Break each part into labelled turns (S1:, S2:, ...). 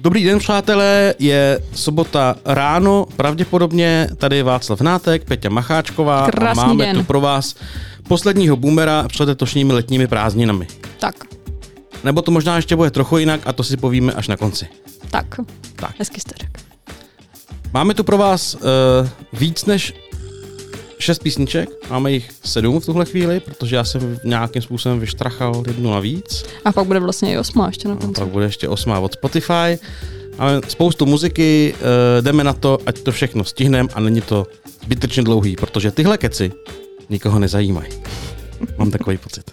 S1: Dobrý den, přátelé, je sobota ráno, pravděpodobně tady je Václav Nátek, Peťa Macháčková.
S2: Krásný
S1: a máme
S2: den.
S1: tu pro vás posledního boomera před letošními letními prázdninami.
S2: Tak.
S1: Nebo to možná ještě bude trochu jinak a to si povíme až na konci.
S2: Tak.
S1: Tak.
S2: Hezky jste řekl.
S1: Máme tu pro vás víc než 6 písniček, máme jich 7 v tuhle chvíli, protože já jsem nějakým způsobem vyštrachal jednu navíc.
S2: A pak bude vlastně i 8 ještě na
S1: A
S2: konci.
S1: pak bude ještě 8 od Spotify. Máme spoustu muziky, jdeme na to, ať to všechno stihneme a není to zbytečně dlouhý, protože tyhle keci nikoho nezajímají. Mám takový pocit.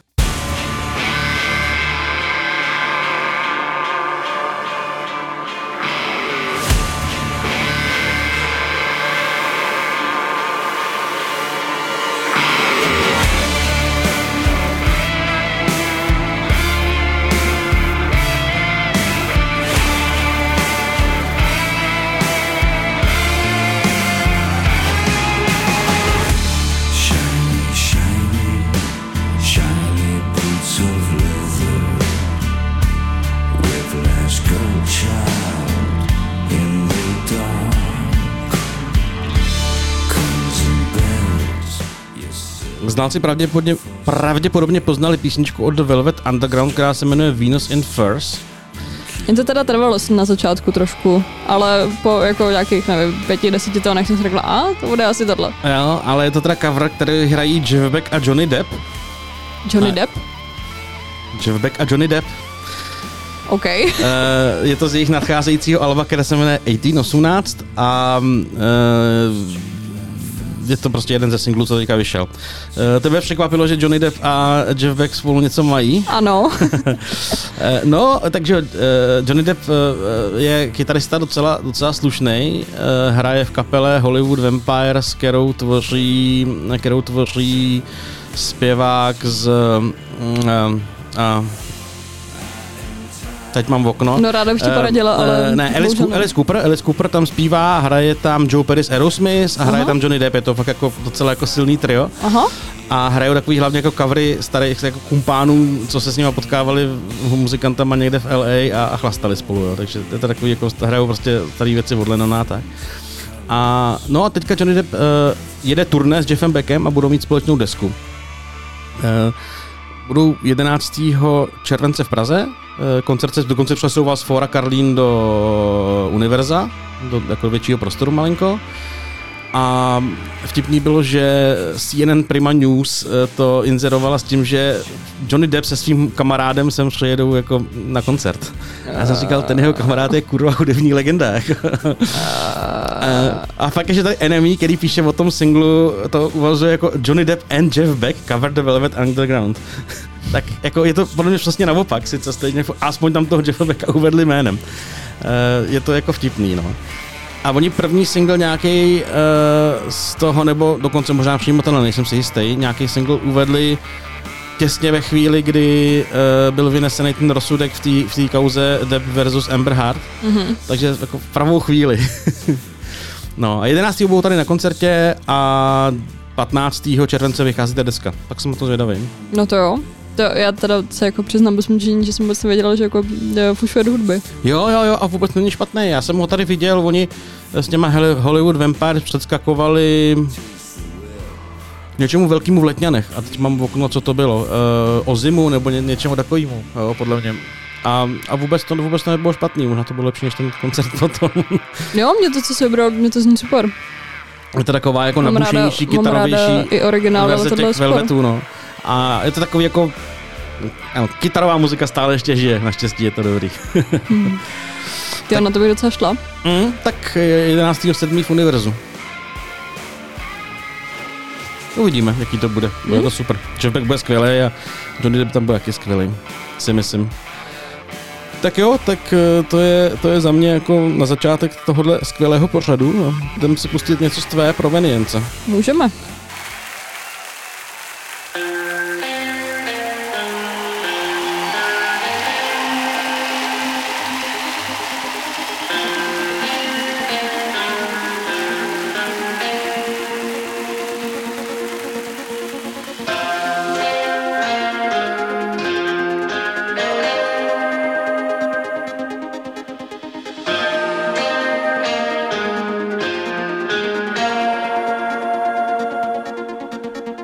S1: Znalci pravděpodobně poznali písničku od The Velvet Underground, která se jmenuje Venus in Furs.
S2: Jen to teda trvalo na začátku trošku, ale po jako nějakých, nevím, 5-10 tónech jsem si řekla, to bude asi tohle.
S1: Jo, ale je to teda cover, který hrají Jeff Beck a Johnny Depp.
S2: Johnny Depp?
S1: Jeff Beck a Johnny Depp.
S2: OK.
S1: Je to z jejich nadcházejícího alba, které se jmenuje 1818 a je to prostě jeden ze singlů, co teďka vyšel. Tebe překvapilo, že Johnny Depp a Jeff Beck spolu něco mají?
S2: Ano.
S1: No, takže Johnny Depp je kytarista docela slušnej, hraje v kapele Hollywood Vampires, kterou tvoří zpěvák z teď mám v okno.
S2: No ráda bych ti poradila, ale...
S1: Ne, Alice Cooper tam zpívá, hraje tam Joe Perry z Aerosmith a hraje tam Johnny Depp, je to fakt jako docela jako silný trio.
S2: Aha.
S1: A hrajou takový hlavně jako covery starých jako kumpánů, co se s nimi potkávali muzikantama někde v LA a chlastali spolu, jo. Takže je to takový jako hrajou prostě starý věci od Lennona, tak. A no a teďka Johnny Depp jede turné s Jeffem Beckem a budou mít společnou desku. Budou 11. července v Praze, koncert se dokonce přesouval z Fóra Karlín do Univerza, do jako většího prostoru malinko. A vtipný bylo, že CNN Prima News to inzerovala s tím, že Johnny Depp se svým kamarádem sem přijedou jako na koncert. A já jsem říkal, ten jeho kamarád je kurva hudební legenda. Jako. A fakt je, že tady Enemy, který píše o tom singlu, to uvazuje jako Johnny Depp and Jeff Beck cover The Velvet Underground. Tak jako je to podle mě přesně naopak, sice stejně, aspoň tam toho Jeffa Becka uvedli jménem. Je to jako vtipný, no. A oni první single nějaký z toho, nebo dokonce možná přímo tenhle, nejsem si jistý, nějaký single uvedli těsně ve chvíli, kdy byl vynesený ten rozsudek v té kauze Depp versus Amber Heard. Mm-hmm. Takže jako v pravou chvíli. No a 11. budou tady na koncertě a 15. července vychází ta deska. Tak jsem na to zvědavý.
S2: No to jo. To já teda se jako přiznám bez mlčení, že jsem vůbec nevěděla, že jako fušuje do hudby.
S1: Jo a vůbec není špatný. Já jsem ho tady viděl, oni s těma Hollywood Vampires předskakovali něčemu velkému v Letňanech. A teď mám v okno, co to bylo. O zimu nebo něčemu takovému, podle mě. A vůbec to nebylo špatný, možná to bylo lepší než ten koncert potom.
S2: Jo, mě to, co se vybral, mě to zní super.
S1: Je to taková jako nabušenější, kytarovější
S2: i originál,
S1: verze těch Velvetů, no. A je to takový jako kytarová muzika stále ještě žije, naštěstí je to dobrý.
S2: Ty na to bych docela šla.
S1: Tak 11.7. v Univerzu. Uvidíme, jaký to bude. Bude to super. Jeff Beck bude skvělý a Johnny Depp tam bude taky skvělý, si myslím. Tak jo, tak to je za mě jako na začátek tohohle skvělého pořadu. No. Jdeme si pustit něco z tvé provenience.
S2: Můžeme.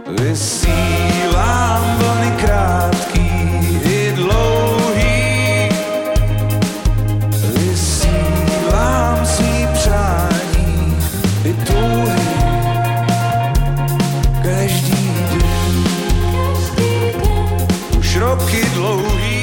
S3: Vysílám vlny krátký i dlouhý, vysílám svý přání i touhy, každý den, už roky dlouhý.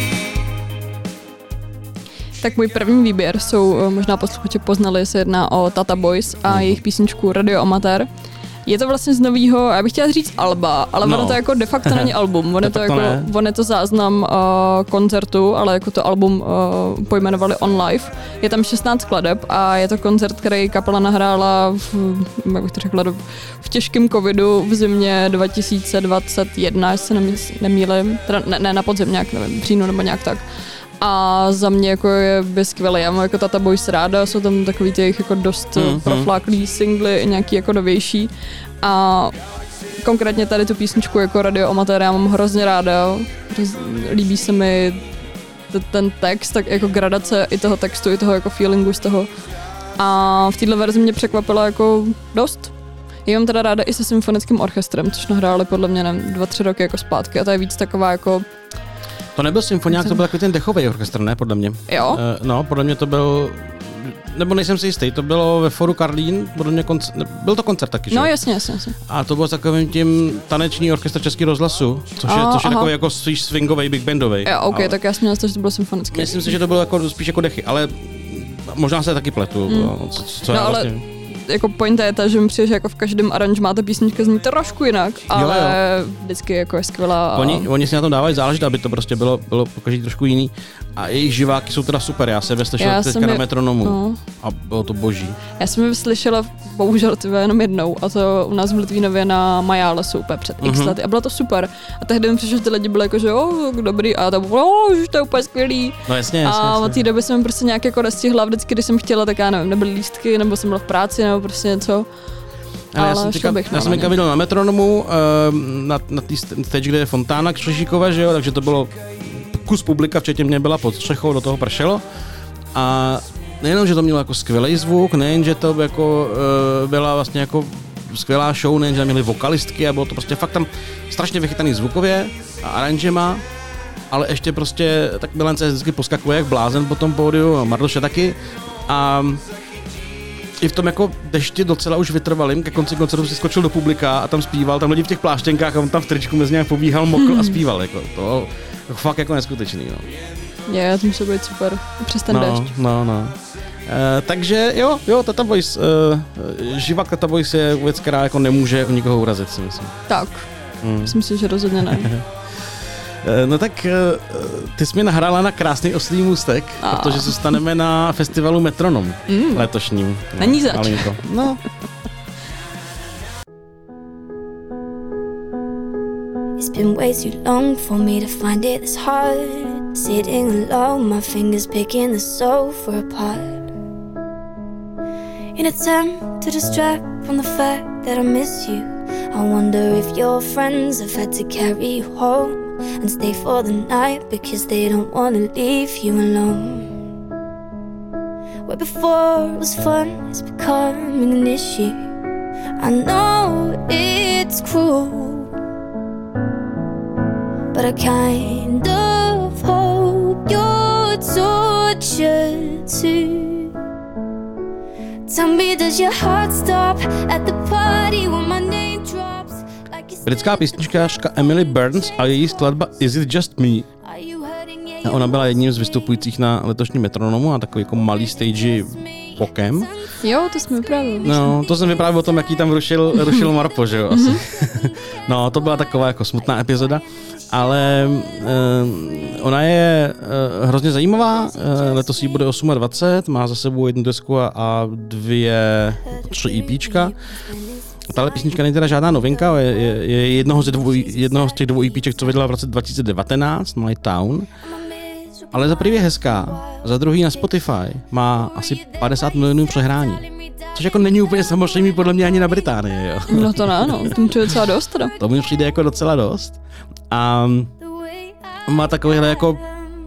S2: Tak můj první výběr jsou, možná posluchači poznali, se jedná o Tata Boys a jejich písničku Radio Amatér. Je to vlastně z novýho, já bych chtěla říct alba, ale ono to jako de facto není album, on je to záznam koncertu, ale jako to album pojmenovali On Live. Je tam 16 skladeb a je to koncert, který kapela nahrála jak bych to řekla, v těžkém covidu v zimě 2021, jestli se nemýlím, teda ne na podzim nějak, nevím, v říjnu nebo nějak tak. A za mě jako je skvělé, já mám jako Tata Boys ráda, jsou tam takový těch jako dost profláklý singly, nějaký jako novější a konkrétně tady tu písničku jako Radio Amatér já mám hrozně ráda, líbí se mi ten text, tak jako gradace i toho textu, i toho jako feelingu z toho a v této verzi mě překvapila jako dost. Já mám teda ráda i se symfonickým orchestrem, což nahráli podle mě 2-3 roky jako zpátky a to je víc taková jako.
S1: To nebyl symfoniák, to byl takový ten dechový orchestr, ne, podle mě.
S2: Jo?
S1: No, podle mě to byl, nebo nejsem si jistý, to bylo ve Foru Karlín, podle mě byl to koncert taky, že?
S2: No jasně.
S1: A to bylo takovým tím taneční orchestr Českého rozhlasu, což je takový jako swingový, big bandový.
S2: Jo, ok, tak já jsem měl to, že to bylo symfonický.
S1: Myslím si, že to bylo jako, spíš jako dechy, ale možná se taky pletu. Co
S2: no, ale vlastně jako pointa je ta, že mi přijde, že jako v každém aranžmá ta písnička zní trošku jinak, ale vždycky jako je skvělá.
S1: Oni si na tom dávají záležet, aby to prostě bylo po každý trošku jiný. A jejich živáky jsou teda super, já jsem je slyšel teďka na Metronomu a bylo to boží. Já
S2: jsem je slyšela bohužel jenom jednou a to u nás v Litvínově na Majálesu úplně před x lety a bylo to super. A tehdy mi přišlo, že ty lidi byli jako, že jo, dobrý a to bylo, že to je úplně skvělý.
S1: No jasně.
S2: A od té doby jsem prostě nějak jako nestihla, vždycky, když jsem chtěla, tak já nevím, nebyly lístky, nebo jsem byla v práci, nebo prostě něco.
S1: Ale já jsem viděl na Metronomu, na té stage, kde je fontána Křižíkova, že jo, takže to bylo kus publika, včetně mě byla pod střechou, do toho pršelo. A nejenom, že to mělo jako skvělý zvuk, nejen, že to jako byla vlastně jako skvělá show, nejen, že tam měli vokalistky a bylo to prostě fakt tam strašně vychytaný zvukově a aranžema, ale ještě prostě tak Milan se vždycky poskakuje jak blázen po tom pódiu, Mardoše taky a i v tom jako dešti docela už vytrvalým, ke konci koncertu si skočil do publika a tam zpíval, tam lidi v těch pláštěnkách a on tam v tričku mezi nějak pobíhal, mokl a zpíval, jako to fakt jako neskutečný, no.
S2: Je, to musí být super, přes ten déšť.
S1: No. Takže jo, Tata Boys, živák Tata Boys je věc, která jako nemůže nikoho urazit, si myslím.
S2: Tak, myslím si, že rozhodně ne.
S1: No tak ty jsi mě nahrála na krásný oslý můstek, protože zůstaneme na festivalu Metronom letošním.
S2: Není zač.
S1: Malinko. No.
S4: It's been way too long for me to find it this hard. Sitting alone, my fingers picking the sofa apart. In attempt to distract from the fact that I miss you, I wonder if your friends have had to carry you home and stay for the night because they don't want to leave you alone. Where before it was fun, it's becoming an issue. I know it's cruel, but I kind of hope you're tortured too. Tell me, does your heart stop at the party when my name drops?
S1: Britská písničkářka Emily Burns a její skladba Is It Just Me. A ona byla jedním z vystupujících na letošním Metronomu a takový jako malý stage bokem.
S2: Jo, to jsem vyprávěl.
S1: No, to jsem vyprávěl o tom, jaký tam rušil Marpo, že jo, asi. No, to byla taková jako smutná epizoda, ale ona je hrozně zajímavá, letos jí bude 28, má za sebou jednu desku a 3 EPčka. Tahle písnička není teda žádná novinka, je jednoho z těch 2 EPček, co vydala v roce 2019, My Town. Ale za prvý je hezká, za druhý na Spotify má asi 50 milionů přehrání. Což jako není úplně samozřejmě podle mě ani na Británii, jo.
S2: No to ne, no, to mi přijde docela dost teda.
S1: To mi přijde jako docela dost. A má takovýhle jako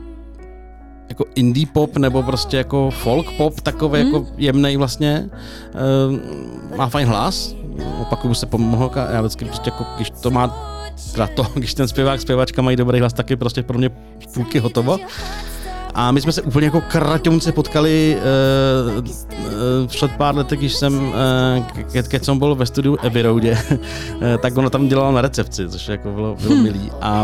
S1: indie pop nebo prostě jako folk pop, takový jako jemnej vlastně. Má fajn hlas, opakuju se pomohlka, já vždycky prostě jako, když ten zpěvačka mají dobrý hlas, tak je prostě pro mě z půlky hotovo. A my jsme se úplně jako kraťonce potkali před pár lety, když jsem keď jsem byl ve studiu Abbey Roadě, tak ona tam dělala na recepci, což jako bylo milý. A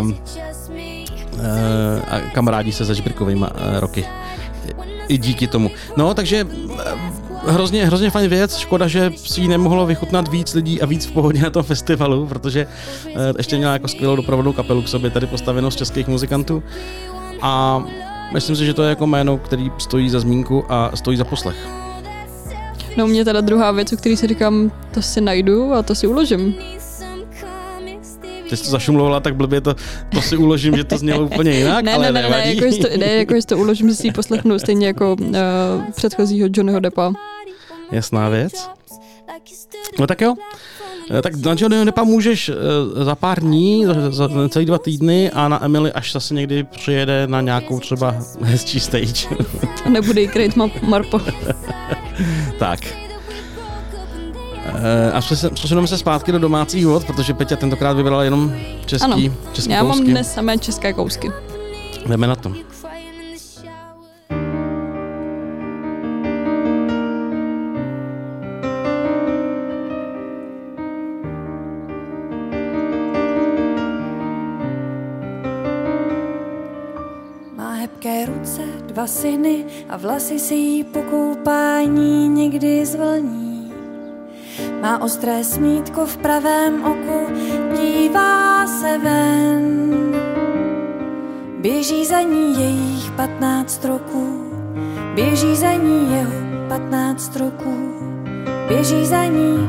S1: kamarádi se se Žbirkovýma roky. I díky tomu. No, takže hrozně fajn věc, škoda, že si ji nemohlo vychutnat víc lidí a víc v pohodě na tom festivalu, protože ještě měla jako skvělou doprovodnou kapelu k sobě, tady postavenou z českých muzikantů. A myslím si, že to je jako jméno, který stojí za zmínku a stojí za poslech.
S2: No, mě teda druhá věc, o který si říkám, to si najdu a to si uložím.
S1: Ty jsi to zašumlovala tak blbě, to si uložím, že to znělo úplně jinak, ale nevadí.
S2: Jako to uložím, že si ji poslechnu, stejně jako předchozího Johnnyho Deppa.
S1: Jasná věc. No tak jo. Tak na Johnnyho Deppa můžeš za pár dní, za celý 2 týdny a na Emily až zase někdy přijede na nějakou třeba hezčí stage.
S2: A nebude jí krejt Marpo.
S1: Tak. A přesuneme se zpátky do domácích vod, protože Peťa tentokrát vybrala jenom český kousky.
S2: Já mám dnes samé české kousky.
S1: Jdeme na to.
S5: Má hebké ruce, 2 syny a vlasy si jí po koupání někdy zvlní. Má ostré smítko v pravém oku, dívá se ven. Běží za ní jejich 15 roků, běží za ní jeho 15 roků, běží za ní.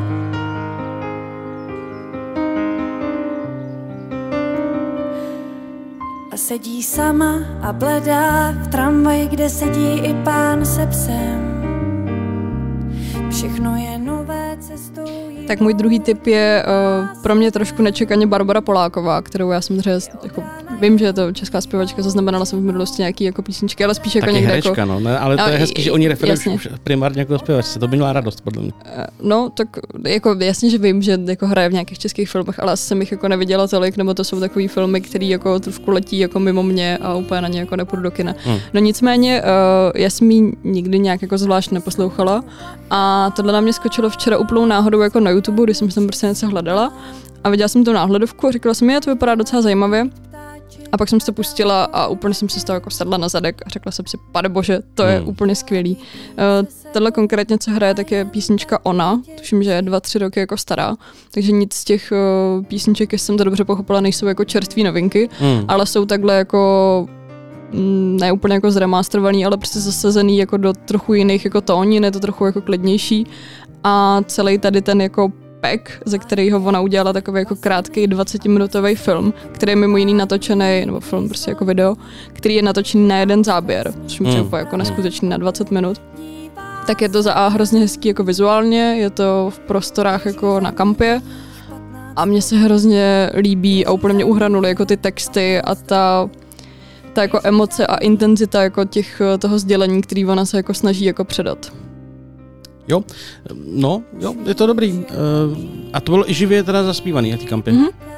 S5: A sedí sama a bledá v tramvaji, kde sedí i pán se psem. Všechno je nové cestou.
S2: Tak můj druhý tip je pro mě trošku nečekaně Barbara Poláková, kterou já jsem jako vím, že je to česká zpěvačka, zaznamenala jsem v minulosti nějaký jako písničky, ale spíš jako někde
S1: herečka,
S2: jako...
S1: no, ale to je hezký, že oni referují primárně jako zpěvačce, to by měla radost podle mě.
S2: No, tak jako jasně, že vím, že jako hraje v nějakých českých filmech, ale asi jsem jich jako neviděla tolik, nebo to jsou takový filmy, který jako trošku letí jako mimo mě a úplně na ně jako nepůjdu do kina. No nicméně, já jsem ji nikdy nějak jako zvlášť neposlouchala a tohle na mě skočilo včera úplnou náhodou jako na YouTube, když jsem tam prostě něco hledala a viděla jsem tu náhledovku a říkala jsem, že to vypadá docela zajímavě. A pak jsem si to pustila a úplně jsem si z toho jako sedla na zadek a řekla jsem si, panebože, to je úplně skvělý. Tohle konkrétně, co hraje, tak je písnička Ona, tuším, že je 2-3 roky jako stará, takže nic z těch písniček, jestli jsem to dobře pochopila, nejsou jako čerství novinky, ale jsou takhle jako ne úplně jako zremasterovaný, ale prostě zasazený jako do trochu jiných jako tónin, je to trochu jako klidnější a celý tady ten jako ze kterého ona udělala takový jako krátký 20-minutový film, který je mimo jiný natočený, nebo film prostě jako video, který je natočený na jeden záběr, což mi přijde jako neskutečný na 20 minut. Tak je to za A hrozně hezký jako vizuálně, je to v prostorách jako na kampě a mně se hrozně líbí a úplně mě uhranuly jako ty texty a ta jako emoce a intenzita jako toho sdělení, který ona se jako snaží jako předat.
S1: Jo, no, jo, je to dobrý. A to bylo i živě teda zaspívaný na té kampě.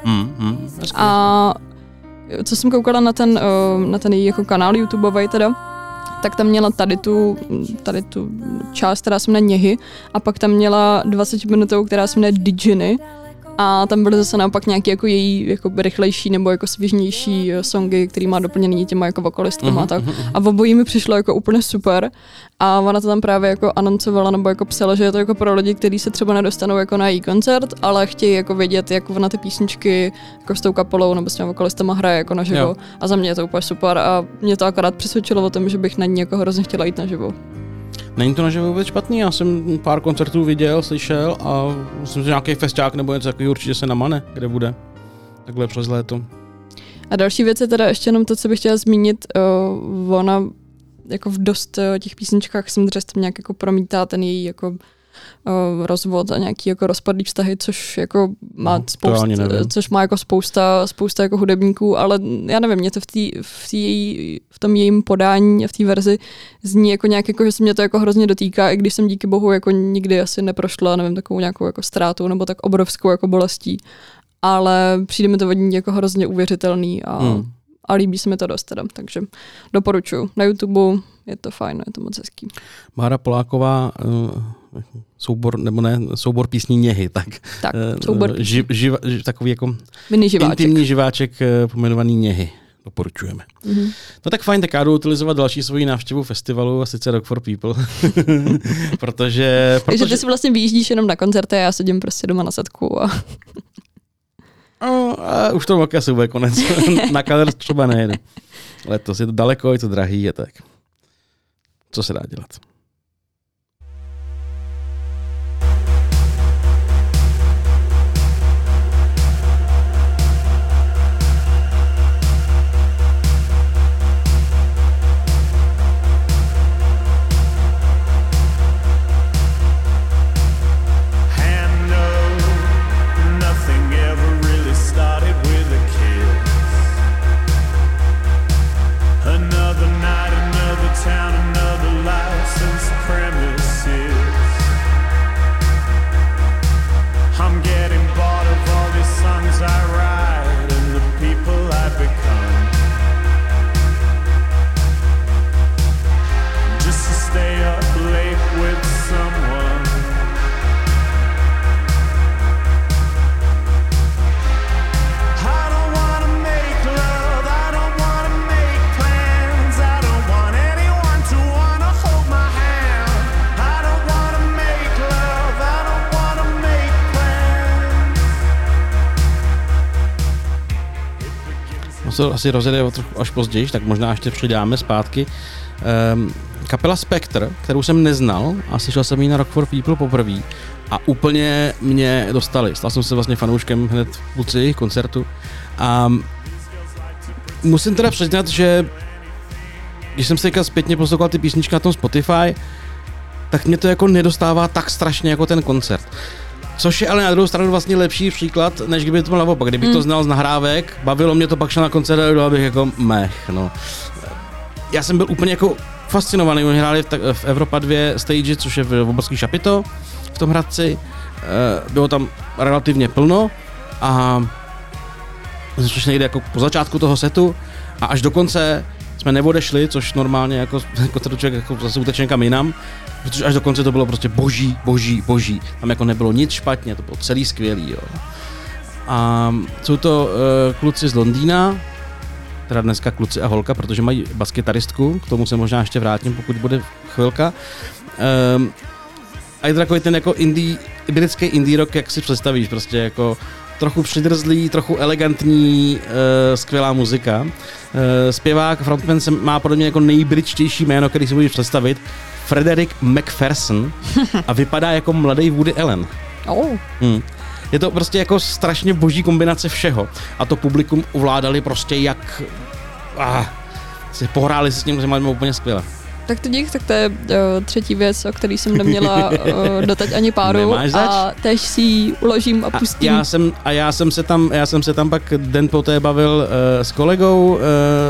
S1: A
S2: co jsem koukala na ten její jako kanál YouTubeovej teda, tak tam měla tady tu část, která se jmenuje Něhy, a pak tam měla 20 minutovou, která se jmenuje Didžiny, a tam byly zase naopak nějaký jako její jako rychlejší nebo jako svěžnější songy, který má doplněný těma jako vokalistama a tak. A v obojí mi přišlo jako úplně super a ona to tam právě jako anoncovala nebo jako psala, že je to jako pro lidi, kteří se třeba nedostanou jako na její koncert, ale chtějí jako vědět, jak ona ty písničky jako s tou kapelou nebo s těma vokalistama hraje jako naživo. A za mě je to úplně super a mě to akorát přesvědčilo o tom, že bych na ní jako hrozně chtěla jít naživo.
S1: Není to naživo vůbec špatný, já jsem pár koncertů viděl, slyšel a myslím, že nějaký festiák nebo něco takového určitě se namane, kde bude takhle přes léto.
S2: A další věc je teda ještě jenom to, co bych chtěla zmínit, ona jako v dost těch písničkách jsem dřest nějak jako promítá ten její jako rozvod a nějaký jako rozpadlý vztahy, což jako má což má jako spousta jako hudebníků, ale já nevím, mě to v tom jejím podání a v té verzi zní jako nějak jako, že se mě to jako hrozně dotýká, i když jsem díky bohu jako nikdy asi neprošla, nevím, takovou nějakou jako ztrátu nebo tak obrovskou jako bolestí, ale přijde mi to od ní jako hrozně uvěřitelný a líbí se mi to dost teda, takže doporučuji. Na YouTube je to fajn, je to moc hezký.
S1: Bára Poláková, soubor písní Něhy, tak
S2: soubor
S1: takový jako
S2: miniživáček.
S1: Intimní živáček pojmenovaný Něhy. Doporučujeme.
S2: Mm-hmm.
S1: No tak fajn, tak já jdu utilizovat další svoji návštěvu festivalu, a sice Rock for People. protože
S2: Takže ty si vlastně vyjíždíš jenom na koncerty a já sedím prostě doma na setku a
S1: už to roky asi bude konec. Na Colors třeba nejde. Letos je to daleko, je to drahý a tak. Co se dá dělat? To asi rozjede až později, tak možná ještě přidáme zpátky. Kapela Spectre, kterou jsem neznal a slyšel jsem ji na Rock for People poprvé a úplně mě dostali. Stal jsem se vlastně fanouškem hned v půlce jejich koncertu a musím teda přiznat, že když jsem si teďka zpětně poslouchal ty písničky na tom Spotify, tak mě to jako nedostává tak strašně jako ten koncert. Což je ale na druhou stranu vlastně lepší příklad, než kdyby to bylo naopak. Kdybych to znal z nahrávek, bavilo mě to, pak šel na koncert a byl bych jako no. Já jsem byl úplně jako fascinovaný, oni hráli v Evropa 2 stage, což je v obrovský šapito v tom Hradci. Bylo tam relativně plno a jsme přišli někde jako po začátku toho setu a až do konce jsme neodešli, což normálně jako to člověk jako zase uteče někam jinam, protože až do konce to bylo prostě boží. Tam jako nebylo nic špatně, to bylo celý skvělý, jo. A jsou to kluci z Londýna, teda dneska kluci a holka, protože mají baskytaristku, k tomu se možná ještě vrátím, pokud bude chvilka. A je to takový ten jako britský indie rock, jak si představíš, prostě jako trochu přidrzlý, trochu elegantní, skvělá muzika. Zpěvák, frontman má podle mě jako nejbritštější jméno, který si můžeš představit, Frederick McPherson a vypadá jako mladý Woody Allen. Je to prostě jako strašně boží kombinace všeho a to publikum ovládali prostě jak pohráli se s tím, že máme úplně skvěle.
S2: Tak to je třetí věc, o který jsem neměla doteď ani páru a tež si ji uložím a pustím.
S1: Já jsem se tam pak den poté bavil s kolegou,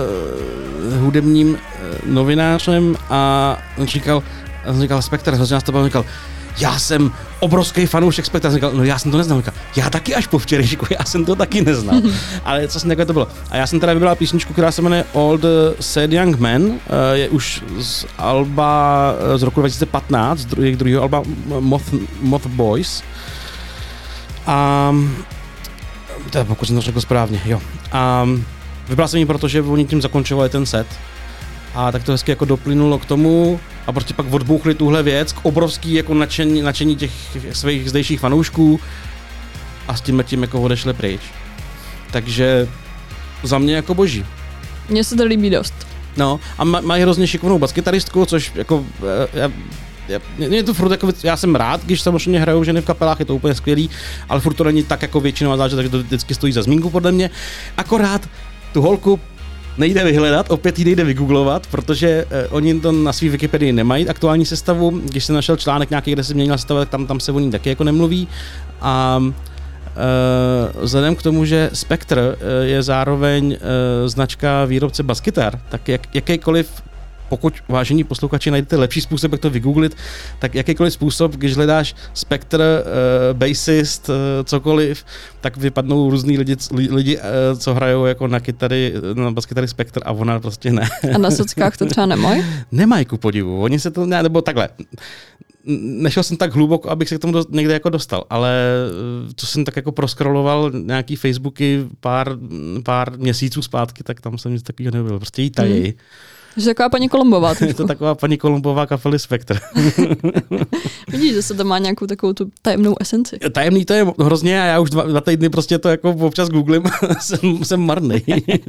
S1: hudebním novinářem a on říkal Spectre, hrozně nás to bavil, říkal, já jsem obrovský fanoušek Spectra, říkal, no já jsem to neznal, říkal, já taky až po včerejšku, já jsem to taky neznal, ale co jsem takové to bylo. A já jsem teda vybral písničku, která se jmenuje All the Sad Young Men, je už z alba z roku 2015, druhého alba Moth Boys. A teda pokud jsem to řekl správně, jo. A vybral jsem ji, protože oni tím zakončovali ten set. A tak to hezky jako doplynulo k tomu a prostě pak odbouchli tuhle věc k obrovský jako nadšení těch svých zdejších fanoušků a s tím jako odešli pryč. Takže za mě jako boží.
S2: Mně se to líbí dost.
S1: No a mají hrozně šikovnou baskytaristku, což jako mě to furt jako, já jsem rád, když samozřejmě hrajou ženy v kapelách, je to úplně skvělý, ale furt to není tak jako většinová záležitost, takže to vždycky stojí za zmínku podle mě. Akorát tu holku nejde vyhledat, opět ji nejde vygooglovat, protože oni to na svý Wikipedii nemají aktuální sestavu. Když jsem našel článek nějaký, kde se měnila sestava, tak tam se o ní taky jako nemluví. A vzhledem k tomu, že Spectre je zároveň značka výrobce baskytar, tak jakýkoliv, pokud vážení posluchači najdete lepší způsob, jak to vygooglit, tak jakýkoliv způsob, když hledáš Spectre, bassist, cokoliv, tak vypadnou různý lidi, co hrajou jako na kytary, na baskytary Spectre a ona prostě ne.
S2: A na sockách to třeba nemají?
S1: Nemají ku podivu, oni se to, nebo takhle. Nešel jsem tak hluboko, abych se k tomu někde jako dostal, ale co jsem tak jako proskroloval nějaký Facebooky pár měsíců zpátky, tak tam jsem nic takového nebyl. Prostě jí tají.
S2: Že taková paní Kolumbová.
S1: Je to taková paní Kolumbová kapely Spectre.
S2: Vidíš, že se to má nějakou takovou tu tajemnou esenci.
S1: Tajemný to je hrozně a já už 2 týdny prostě to jako občas googlím, jsem marnej.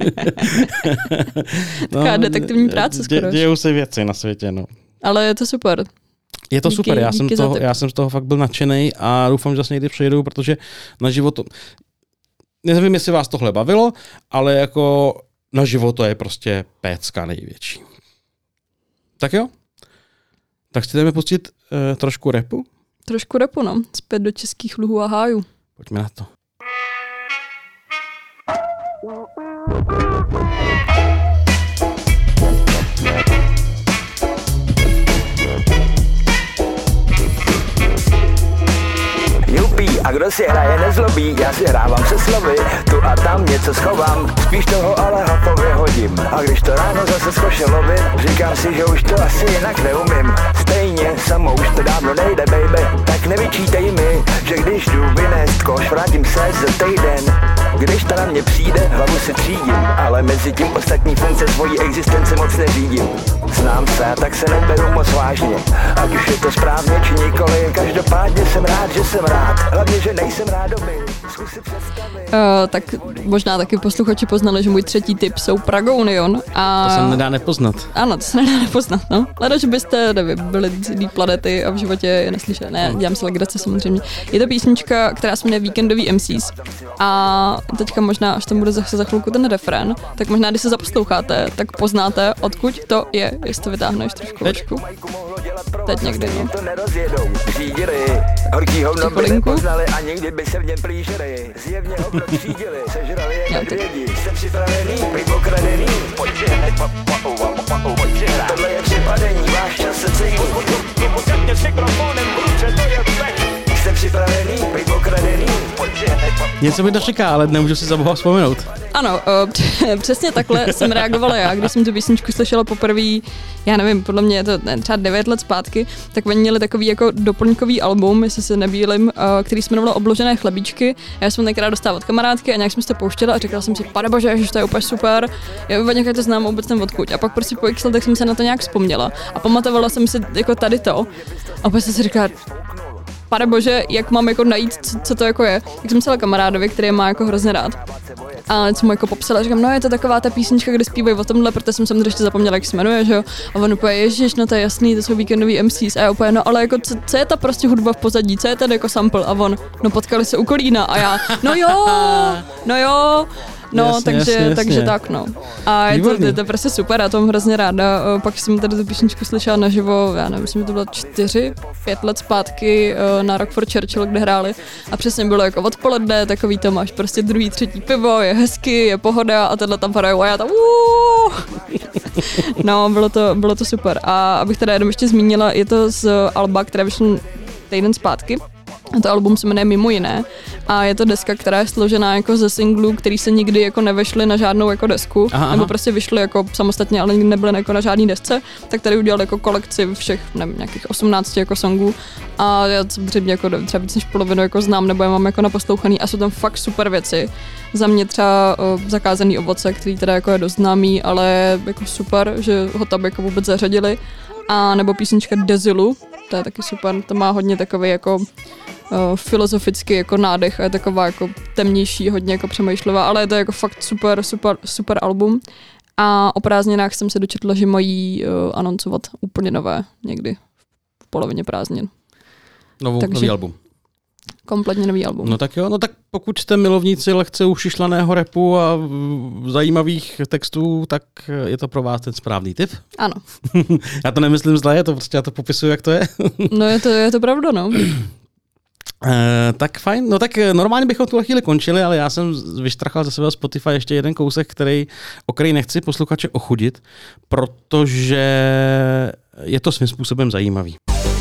S2: Taková detektivní práce skoro.
S1: Dějou se věci na světě, no.
S2: Ale je to super.
S1: Je to super, já jsem z toho fakt byl nadšenej a doufám, že zase někdy přijedu, protože na život, nevím, jestli vás tohle bavilo, ale jako na život to je prostě pécka největší. Tak jo? Tak chceme pustit trošku rapu?
S2: Trošku rapu, no. Zpět do českých luhů a hájů.
S1: Pojďme na to.
S6: A kdo si hraje nezlobí, já si hrávám se slovy, tu a tam něco schovám, spíš toho ale hafově hodím. A když to ráno zase zkošelovit, říkám si, že už to asi jinak neumím. Stejně samo už to dávno nejde, baby, tak nevyčítej mi, že když jdu vynést koš, vrátím se za týden. Když ta na mě přijde, hlavu si třídím, ale mezi tím ostatní funkce svojí existence moc neřídím. Znám se, tak se neberu moc vážně, ať už je to správně či nikoli, každopádně jsem rád, že jsem rád, hlavně, že nejsem rádoby. Zkus si představit.
S2: Tak možná taky posluchači poznali, že můj třetí tip jsou Pragonion. A...
S1: To se nedá nepoznat.
S2: Ano, to se nedá nepoznat, no. Leda, že byste, nevím, byli z jiný planety a v životě je neslyšeli. Ne, dělám si legraci samozřejmě. Je to písnička, která se jmenuje Víkendový MCs. A teďka možná, až tam bude zase za chvilku ten refrén, tak možná, když se zaposloucháte, tak poznáte, odkud to je, jestli to vytáhneš trošku hočku. Teď někdy, no.
S6: Horký hovno by nepoznali a nikdy by se v něm plížili. Zjevně hovno třídili, sežrali je medvědi. Jste připravený, být okradený, pojďte hned, pojďte hrát. Tohle je připadení, váš čas se celý potřebně s mikrofonem v ruce, to je pech. Jste připravený, být okradený, pojďte hned.
S1: Něco mi to říká, ale nemůžu si za boha vzpomenout.
S2: Ano, přesně takhle jsem reagovala já, když jsem tu písničku slyšela poprvé, já nevím, podle mě je to třeba 9 let zpátky, tak oni měli takový jako doplňkový album, jestli se nebýlim, který se jmenoval Obložené chlebíčky. Já jsem tenkrát dostala od kamarádky a nějak jsem si to pouštěla a říkala jsem si, panebože, že to je úplně super, já úplně to znám, vůbec nevím odkud. A pak prostě po x letech jsem se na to nějak vzpomněla a pamatovala jsem si jako tady to a pak jsem si říkala, panebože, jak mám jako najít, co to jako je. Tak jsem psala kamarádovi, který je má jako hrozně rád. A jsem mu jako popsala, říkám, no je to taková ta písnička, kde zpívají o tomhle, protože jsem samozřejmě ještě zapomněla, jak se jmenuje, že jo. A on úplně, ježiš, no to je jasný, to jsou Víkendový MCs. A já úplně, no ale jako co je ta prostě hudba v pozadí, co je ten jako sample? A on, no potkali se u Kolína. A já, no jo. No,
S1: jasně,
S2: takže tak, no. A je to prostě super, já to mám hrozně ráda. Pak jsem tady tu písničku slyšela naživo, já nevím, myslím, že to bylo 4-5 let zpátky na Rock for Churchill, kde hráli. A přesně bylo jako odpoledne, takový to máš prostě druhý, třetí pivo, je hezky, je pohoda a tohle tam hrajou a já tam No, bylo to super. A abych teda jenom ještě zmínila, je to z alba, které vyšlo týden zpátky. A to album se jmenuje Mimo jiné a je to deska, která je složená jako ze singlů, který se nikdy jako nevešly na žádnou jako desku, nebo prostě vyšly jako samostatně, ale nikdy nebyly jako na žádný desce, tak tady udělal jako kolekci všech, nevím, nějakých 18 jako songů a já samozřejmě jako třeba víc než polovinu jako znám, nebo je mám jako naposlouchaný a jsou tam fakt super věci. Za mě třeba Zakázaný ovoce, který teda jako je dost známý, ale jako super, že ho tam jako vůbec zařadili. A nebo písnička Dezilu, to je taky super, to má hodně takový jako filozofický jako nádech a je taková jako temnější, hodně jako přemýšlivá, ale je to jako fakt super album. A o prázdninách jsem se dočetla, že mají anoncovat úplně nové někdy v polovině prázdnin.
S1: Nový album.
S2: Kompletně nový album.
S1: No tak jo, no tak pokud jste milovníci lehce ušišlaného rapu a zajímavých textů, tak je to pro vás ten správný tip.
S2: Ano.
S1: Já to nemyslím zle, já to popisuju, jak to je.
S2: No je to pravda, no.
S1: Tak fajn, no tak normálně bychom tuhle chvíli končili, ale já jsem vyštrachal ze svého Spotify ještě jeden kousek, o který nechci posluchače ochudit, protože je to svým způsobem zajímavý.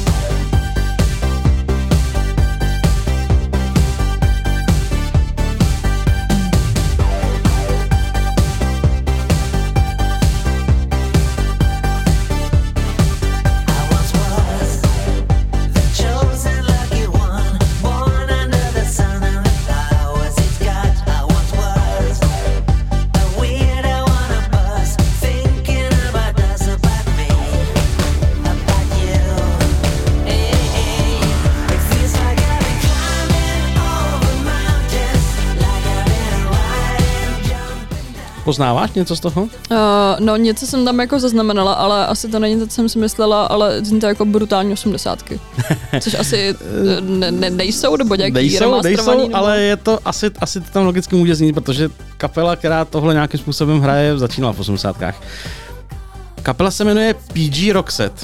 S1: Poznáváš něco z toho?
S2: No něco jsem tam jako zaznamenala, ale asi to není to, co jsem si myslela, ale zní to jako brutální 80. Což asi nejsou, nebo nějaký remasterovaný.
S1: Nejsou, ale je to asi to tam logicky může znít, protože kapela, která tohle nějakým způsobem hraje, začínala v 80. Kapela se jmenuje PG Roxette.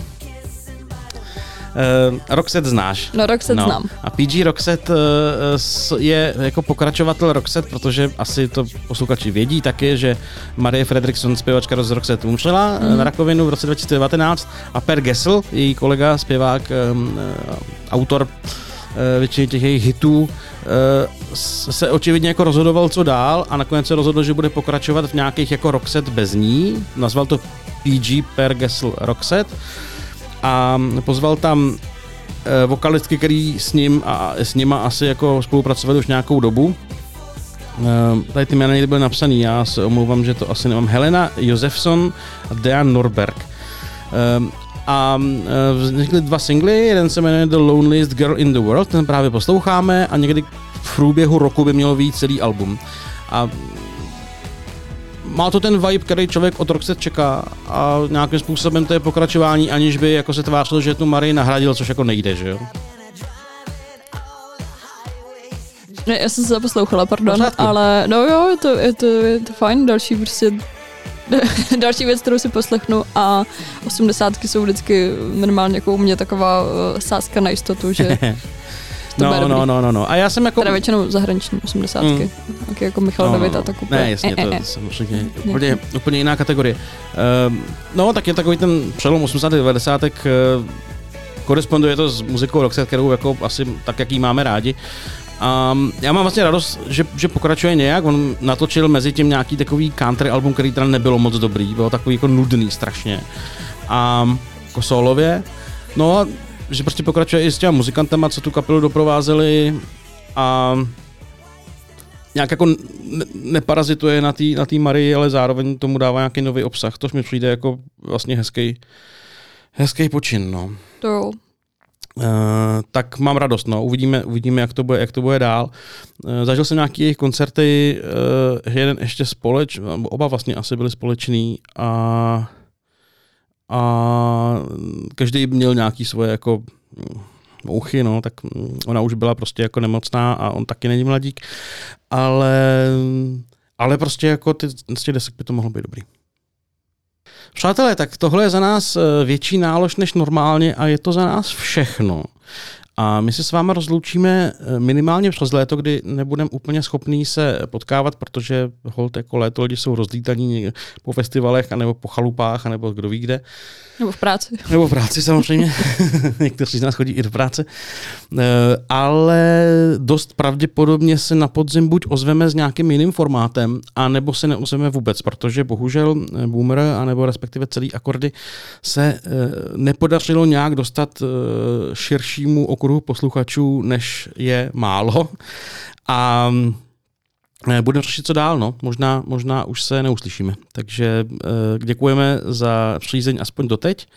S1: Roxette znáš.
S2: No Roxette znám.
S1: A PG Roxette je jako pokračovatel Roxette, protože asi to posluchači vědí taky, že Marie Fredriksson, zpěvačka z Roxette, umřela na rakovinu v roce 2019 a Per Gessle, její kolega, zpěvák, autor většiny těch jejich hitů, se očividně jako rozhodoval, co dál, a nakonec se rozhodl, že bude pokračovat v nějakých jako Roxette bez ní. Nazval to PG Per Gessle Roxette. A pozval tam vokalistky, který s nima asi jako spolupracovali už nějakou dobu. Tady ty jména někdy byly napsaný, já se omlouvám, že to asi nemám. Helena Josefsson a Dean Norberg. A vznikly 2 singly, jeden se jmenuje The Loneliest Girl in the World, ten právě posloucháme, a někdy v průběhu roku by mělo vyjít celý album. A má to ten vibe, který člověk od Roxette čeká, a nějakým způsobem to je pokračování, aniž by jako se tvářilo, že tu Marii nahradil, což jako nejde, že jo?
S2: Ne, já jsem se zaposlouchala, pardon, ale no jo, je to fajn, další věc, kterou si poslechnu, a 80 jsou vždycky minimálně jako u mě taková sázka na jistotu, že
S1: No. A já jsem jako...
S2: Teda většinou zahraniční 80. Taky jako Michal David a tak úplně.
S1: Ne, jasně, to je samozřejmě úplně jiná kategorie. No, tak je takový ten přelom 80. 90. Koresponduje to s muzikou Roxette, kterou jako asi tak, jak ji máme rádi. A já mám vlastně radost, že pokračuje nějak. On natočil mezi tím nějaký takový country album, který teda nebylo moc dobrý, bylo takový jako nudný strašně. A jako solově. No a že prostě pokračuje i s těma muzikantama, co tu kapelu doprovázeli, a nějak jako neparazituje na té Marii, ale zároveň tomu dává nějaký nový obsah. To mi přijde jako vlastně hezký počin, no.
S2: To jo.
S1: Tak mám radost, no. Uvidíme, jak to bude dál. Zažil jsem nějaký jejich koncerty, jeden ještě oba vlastně asi byli společný, a každý měl nějaký svoje jako mouchy, no, tak ona už byla prostě jako nemocná a on taky není mladík, ale prostě jako z těch desek by to mohlo být dobrý. Přátelé, tak tohle je za nás větší nálož než normálně a je to za nás všechno. A my se s váma rozloučíme minimálně přes léto, kdy nebudeme úplně schopní se potkávat, protože holt jako léto lidi jsou rozlítaní po festivalech, anebo po chalupách, anebo kdo ví kde.
S2: Nebo v práci.
S1: Nebo v práci samozřejmě. Někteří z nás chodí i do práce. Ale dost pravděpodobně se na podzim buď ozveme s nějakým jiným formátem, anebo se neozveme vůbec, protože bohužel Boomer, anebo respektive celý Akordy se nepodařilo nějak dostat širšímu okruhu posluchačů, než je málo. A budeme řešit, co dál, no. Možná už se neuslyšíme. Takže děkujeme za přízeň aspoň doteď.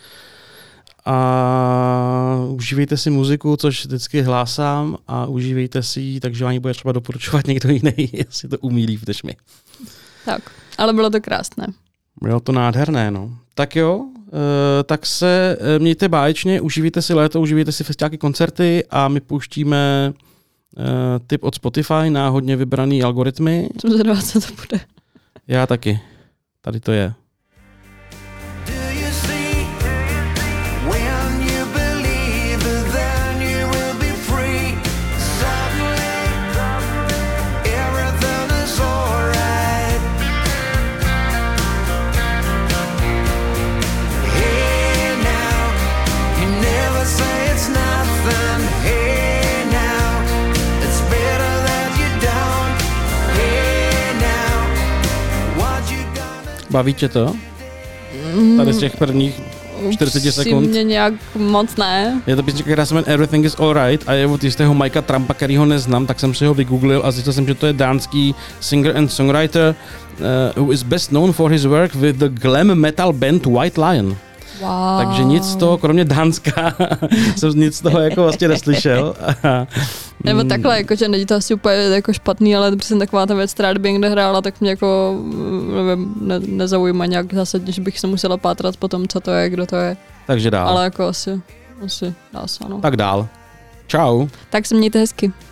S1: A užívejte si muziku, což vždycky hlásám, a užívejte si ji, takže vám ji bude třeba doporučovat někdo jiný, jestli to umí líp než my.
S2: Tak, ale bylo to krásné.
S1: Bylo to nádherné, no. Tak jo, tak se mějte báječně, užívejte si léto, užívejte si festiáky, koncerty, a my pouštíme tip od Spotify, náhodně vybraný algoritmy.
S2: Jsem zvědavá, co to bude.
S1: Já taky. Tady to je. Baví tě to? Tady z těch prvních 40 sekund.
S2: Mě nějak moc ne.
S1: Je to písnička, která se jmenuje Everything is Alright a je od jistého Mikea Trumpa, který ho neznám, tak jsem si ho vygooglil a zjistil jsem, že to je dánský singer and songwriter, who is best known for his work with the glam metal band White Lion.
S2: Wow.
S1: Takže nic z toho, kromě Dánska, jsem nic z toho jako vlastně neslyšel.
S2: Nebo takhle, jakože není to asi úplně jako špatný, ale přesně taková ta věc, která by někde hrála, tak mě jako nezaujíma nějak zásadně, že bych se musela pátrat po tom, co to je, kdo to je.
S1: Takže dál.
S2: Ale jako asi dá se, ano.
S1: Tak dál. Čau.
S2: Tak se mějte hezky.